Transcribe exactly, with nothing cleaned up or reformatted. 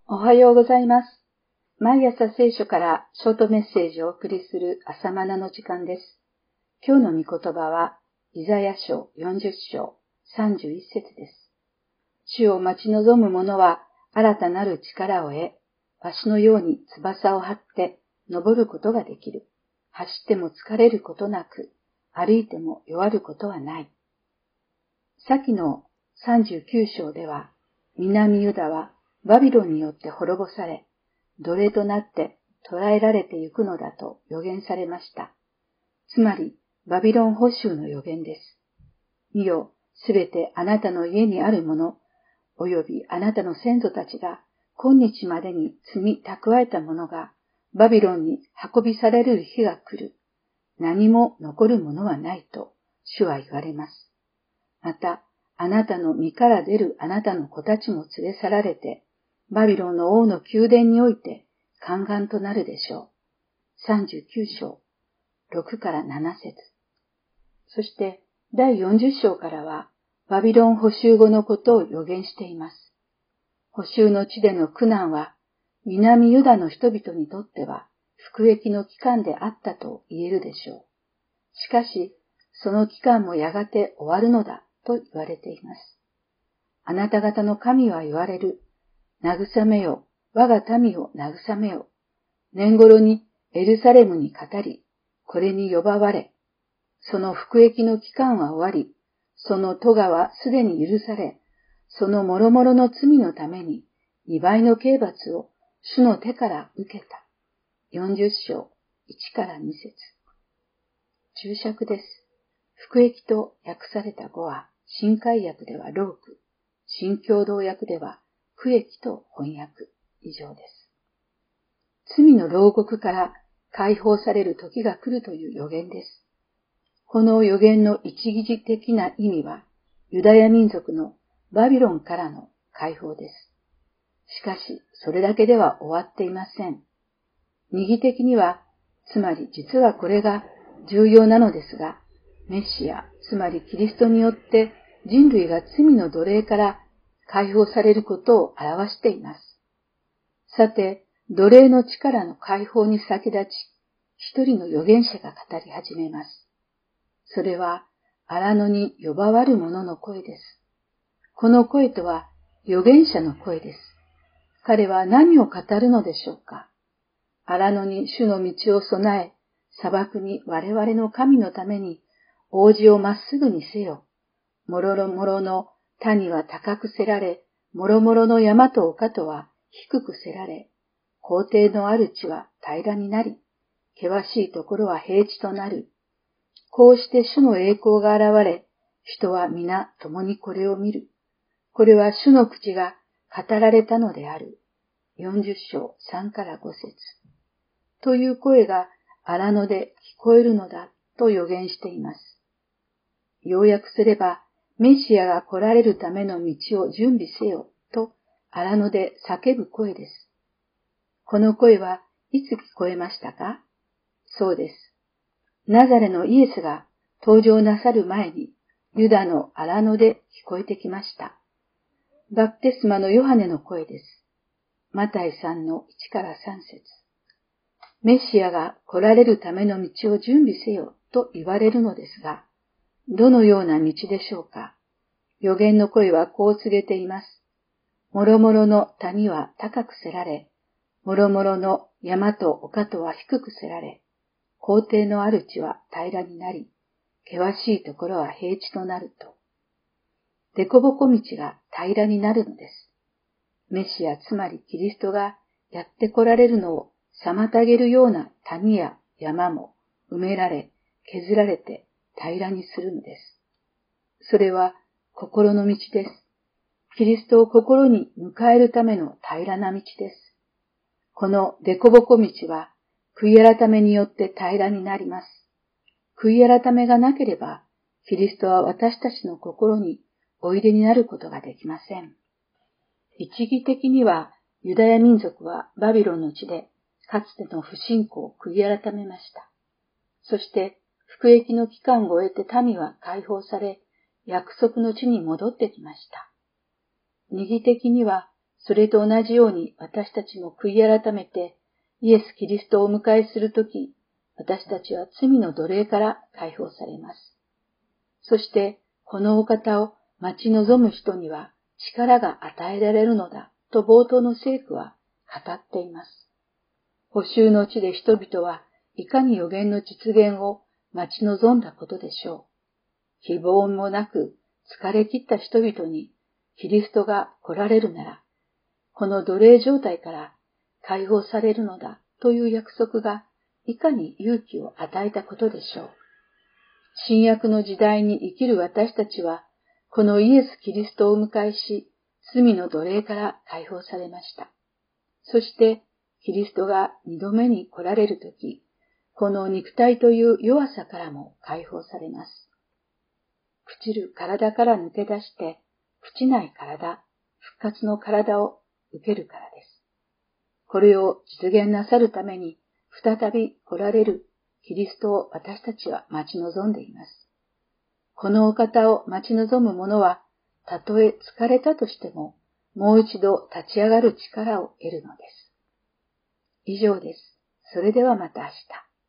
おはようございます。毎朝聖書からショートメッセージをお送りする朝マナの時間です。今日の御言葉は、イザヤ書よんじゅっ章さんじゅういち節です。主を待ち望む者は新たなる力を得、わしのように翼を張って登ることができる。走っても疲れることなく、歩いても弱ることはない。先のさんじゅうきゅう章では、南ユダはバビロンによって滅ぼされ、奴隷となって捕らえられてゆくのだと予言されました。つまり、バビロン捕囚の予言です。見よ、すべてあなたの家にあるもの、およびあなたの先祖たちが今日までに積み蓄えたものが、バビロンに運びされる日が来る。何も残るものはないと、主は言われます。また、あなたの身から出るあなたの子たちも連れ去られて、バビロンの王の宮殿において宦官となるでしょう。さんじゅうきゅう章、ろくからなな節。そしてだいよんじゅっ章からは、バビロン捕囚後のことを予言しています。捕囚の地での苦難は、南ユダの人々にとっては、服役の期間であったと言えるでしょう。しかし、その期間もやがて終わるのだと言われています。あなた方の神は言われる。慰めよ、我が民を慰めよ。年頃にエルサレムに語り、これに呼ばわれ。その服役の期間は終わり、その咎はすでに許され、その諸々の罪のために二倍の刑罰を主の手から受けた。よんじゅっ章いちからに節。注釈です。服役と訳された語は、新海訳では労苦、新共同訳では苦役と翻訳。以上です。罪の牢獄から解放される時が来るという予言です。この予言の一義的な意味は、ユダヤ民族のバビロンからの解放です。しかし、それだけでは終わっていません。二義的には、つまり実はこれが重要なのですが、メッシア、つまりキリストによって人類が罪の奴隷から解放されることを表しています。さて、奴隷の力の解放に先立ち、一人の預言者が語り始めます。それは、荒野に呼ばわる者の声です。この声とは、預言者の声です。彼は何を語るのでしょうか。荒野に主の道を備え、砂漠に我々の神のために、王子をまっすぐにせよ。もろもろの谷は高くせられ、もろもろの山と丘とは低くせられ、皇帝の主は平らになり、険しいところは平地となる。こうして主の栄光が現れ、人は皆共にこれを見る。これは主の口が語られたのである。よんじゅっ章さんからご節。という声が荒野で聞こえるのだと予言しています。要約すれば、メシアが来られるための道を準備せよと荒野で叫ぶ声です。この声はいつ聞こえましたか？そうです。ナザレのイエスが登場なさる前にユダの荒野で聞こえてきました。バプテスマのヨハネの声です。マタイさんのいちからさん節。メシアが来られるための道を準備せよと言われるのですが、どのような道でしょうか。預言の声はこう告げています。もろもろの谷は高くせられ、もろもろの山と丘とは低くせられ、皇帝の主は平らになり、険しいところは平地となると。でこぼこ道が平らになるのです。メシアつまりキリストがやって来られるのを妨げるような谷や山も埋められ、削られて平らにするのです。それは心の道です。キリストを心に迎えるための平らな道です。このでこぼこ道は悔い改めによって平らになります。悔い改めがなければ、キリストは私たちの心においでになることができません。一義的には、ユダヤ民族はバビロンの地で、かつての不信仰を悔い改めました。そして、服役の期間を終えて民は解放され、約束の地に戻ってきました。二義的には、 それと同じように私たちも悔い改めてイエス・キリストをお迎えするとき、私たちは罪の奴隷から解放されます。そして、このお方を待ち望む人には力が与えられるのだと冒頭の聖句は語っています。補修の地で人々はいかに予言の実現を待ち望んだことでしょう。希望もなく疲れ切った人々にキリストが来られるなら、この奴隷状態から解放されるのだという約束がいかに勇気を与えたことでしょう。新約の時代に生きる私たちは、このイエス・キリストをお迎えし、罪の奴隷から解放されました。そして、キリストが二度目に来られるとき、この肉体という弱さからも解放されます。朽ちる体から抜け出して、朽ちない体、復活の体を受けるからです。これを実現なさるために、再び来られるキリストを私たちは待ち望んでいます。このお方を待ち望む者は、たとえ疲れたとしても、もう一度立ち上がる力を得るのです。以上です。それではまた明日。